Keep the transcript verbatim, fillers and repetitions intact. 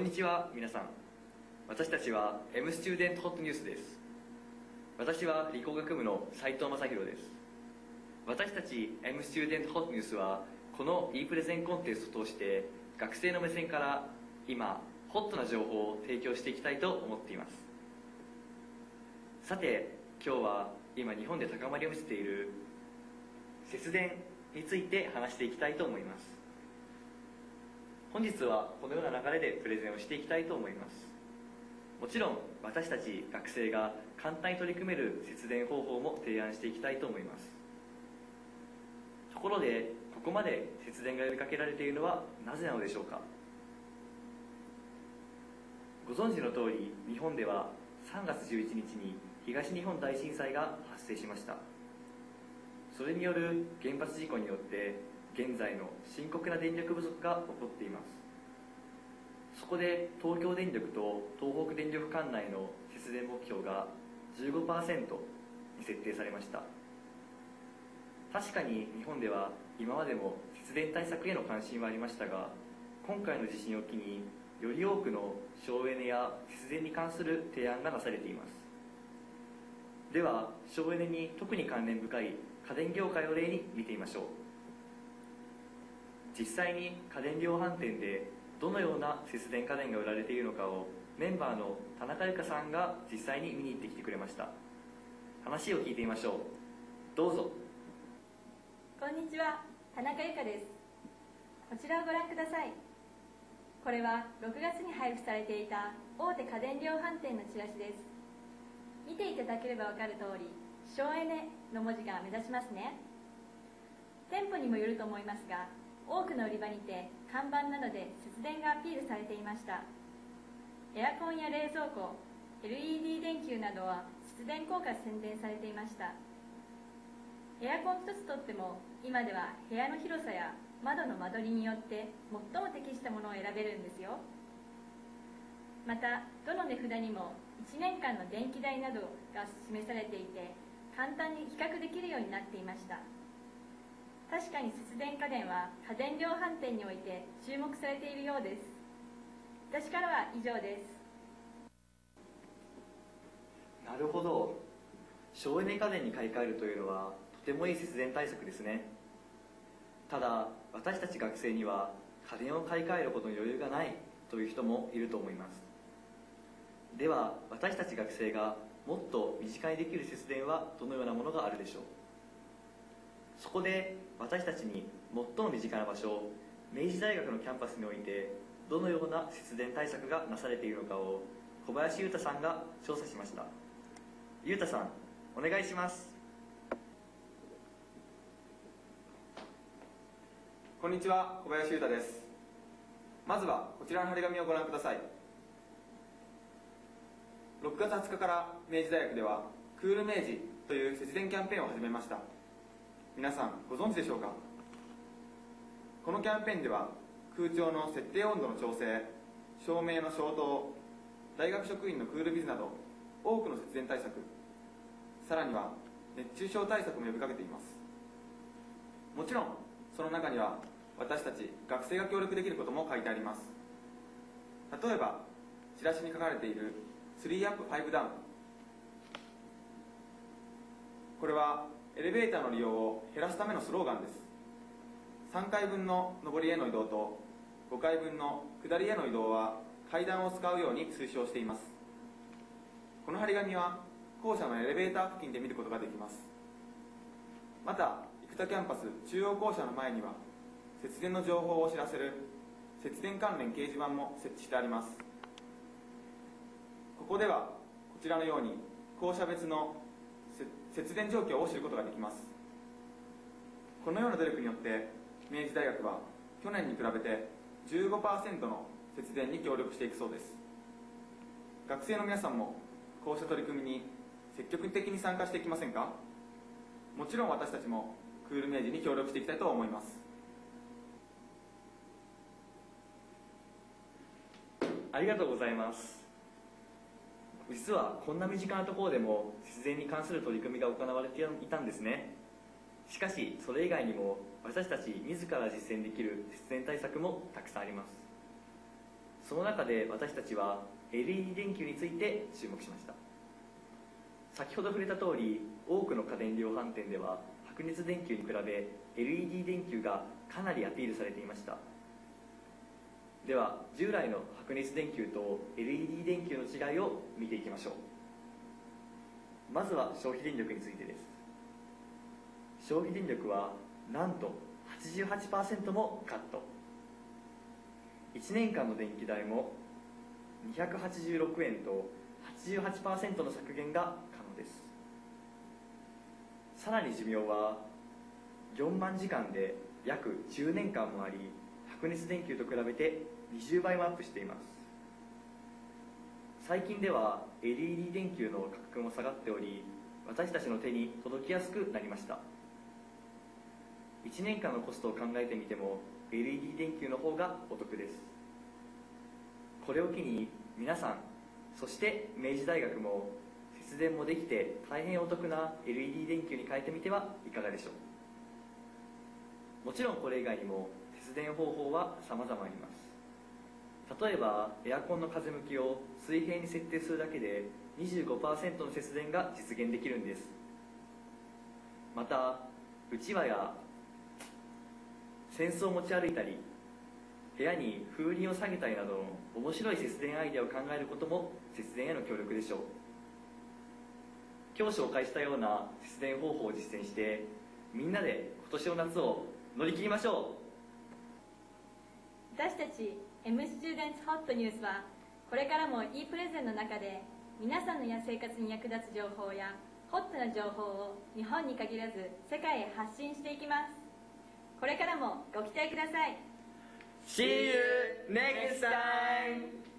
んにちは皆さん。私たちは M スチューデントホットニュースです。私は理工学部の斉藤正宏です。私たち M スチューデントホットニュースはこの e プレゼンコンテストを通して学生の目線から今ホットな情報を提供していきたいと思っています。さて今日は今日本で高まりを見せている節電について話していきたいと思います。本日はこのような流れでプレゼンをしていきたいと思います。もちろん私たち学生が簡単に取り組める節電方法も提案していきたいと思います。ところでここまで節電が呼びかけられているのはなぜなのでしょうか。ご存知の通り日本ではさんがつじゅういちにちに東日本大震災が発生しました。それによる原発事故によって現在の深刻な電力不足が起こっています。そこで東京電力と東北電力管内の節電目標が じゅうごパーセント に設定されました。確かに日本では今までも節電対策への関心はありましたが、今回の地震を機により多くの省エネや節電に関する提案がなされています。では省エネに特に関連深い家電業界を例に見てみましょう。実際に家電量販店でどのような節電家電が売られているのかをメンバーの田中由香さんが実際に見に行ってきてくれました。話を聞いてみましょう。どうぞ。 こんにちは、田中由香です。こちらをご覧ください。これはろくがつに配布されていた大手家電量販店のチラシです。見ていただければわかる通り、省エネの文字が目立ちますね。店舗にもよると思いますが、多くの売り場にて看板などで節電がアピールされていました。エアコンや冷蔵庫、エルイーディー 電球などは節電効果が宣伝されていました。エアコン一つとっても今では部屋の広さや窓の間取りによって最も適したものを選べるんですよ。またどの値札にもいちねんかんの電気代などが示されていて簡単に比較できるようになっていました。確かに節電家電は家電量販店において注目されているようです。私からは以上です。 なるほど。省エネ家電に買い替えるというのはとてもいい節電対策ですね。ただ私たち学生には家電を買い替えるほどの余裕がないという人もいると思います。では私たち学生がもっと身近にできる節電はどのようなものがあるでしょう。そこで私たちに最も身近な場所、明治大学のキャンパスにおいてどのような節電対策がなされているのかを小林優太さんが調査しました。優太さん、お願いします。 こんにちは、小林優太です。まずはこちらの張り紙をご覧ください。ろくがつはつかから明治大学ではクール明治という節電キャンペーンを始めました。皆さんご存知でしょうか。このキャンペーンでは空調の設定温度の調整、照明の消灯、大学職員のクールビズなど多くの節電対策、さらには熱中症対策も呼びかけています。もちろんその中には私たち学生が協力できることも書いてあります。例えばチラシに書かれているスリーアップファイブダウン、これはエレベーターの利用を減らすためのスローガンです。さんかいぶんの上りへの移動とごかいぶんの下りへの移動は階段を使うように推奨しています。この張り紙は校舎のエレベーター付近で見ることができます。また生田キャンパス中央校舎の前には節電の情報をお知らせる節電関連掲示板も設置してあります。ここではこちらのように校舎別の節電状況を知ることができます。このような努力によって明治大学は去年に比べて じゅうごパーセント の節電に協力していくそうです。学生の皆さんもこうした取り組みに積極的に参加していきませんか。もちろん私たちもクール明治に協力していきたいと思います。 ありがとうございます。実はこんな身近なところでも節電に関する取り組みが行われていたんですね。しかしそれ以外にも私たち自ら実践できる節電対策もたくさんあります。 その中で私たちは エルイーディー 電球について注目しました。先ほど触れた通り、多くの家電量販店では白熱電球に比べ エルイーディー 電球がかなりアピールされていました。では従来の白熱電球と エルイーディー 電球の違いを見ていきましょう。まずは消費電力についてです。消費電力はなんと はちじゅうはちパーセント もカット。いちねんかんの電気代もにひゃくはちじゅうろくえんと はちじゅうはちパーセント の削減が可能です。さらに寿命はよんまんじかんで約じゅうねんかんもあり、白熱電球と比べてにじゅうばいもアップしています。最近では エルイーディー 電球の価格も下がっており、私たちの手に届きやすくなりました。いちねんかんのコストを考えてみても エルイーディー 電球の方がお得です。これを機に皆さん、そして明治大学も節電もできて大変お得な エルイーディー 電球に変えてみてはいかがでしょう。もちろんこれ以外にも節電方法は様々あります。例えばエアコンの風向きを水平に設定するだけで にじゅうごパーセント の節電が実現できるんです。またうちわや扇子を持ち歩いたり、部屋に風鈴を下げたりなどの面白い節電アイデアを考えることも節電への協力でしょう。今日紹介したような節電方法を実践して、みんなで今年の夏を乗り切りましょ私たち M スチューデンツホットニュースはこれからも e プレゼンの中で皆さんのや生活に役立つ情報やホットな情報を日本に限らず世界へ発信していきます。これからもご期待ください。 See you next time!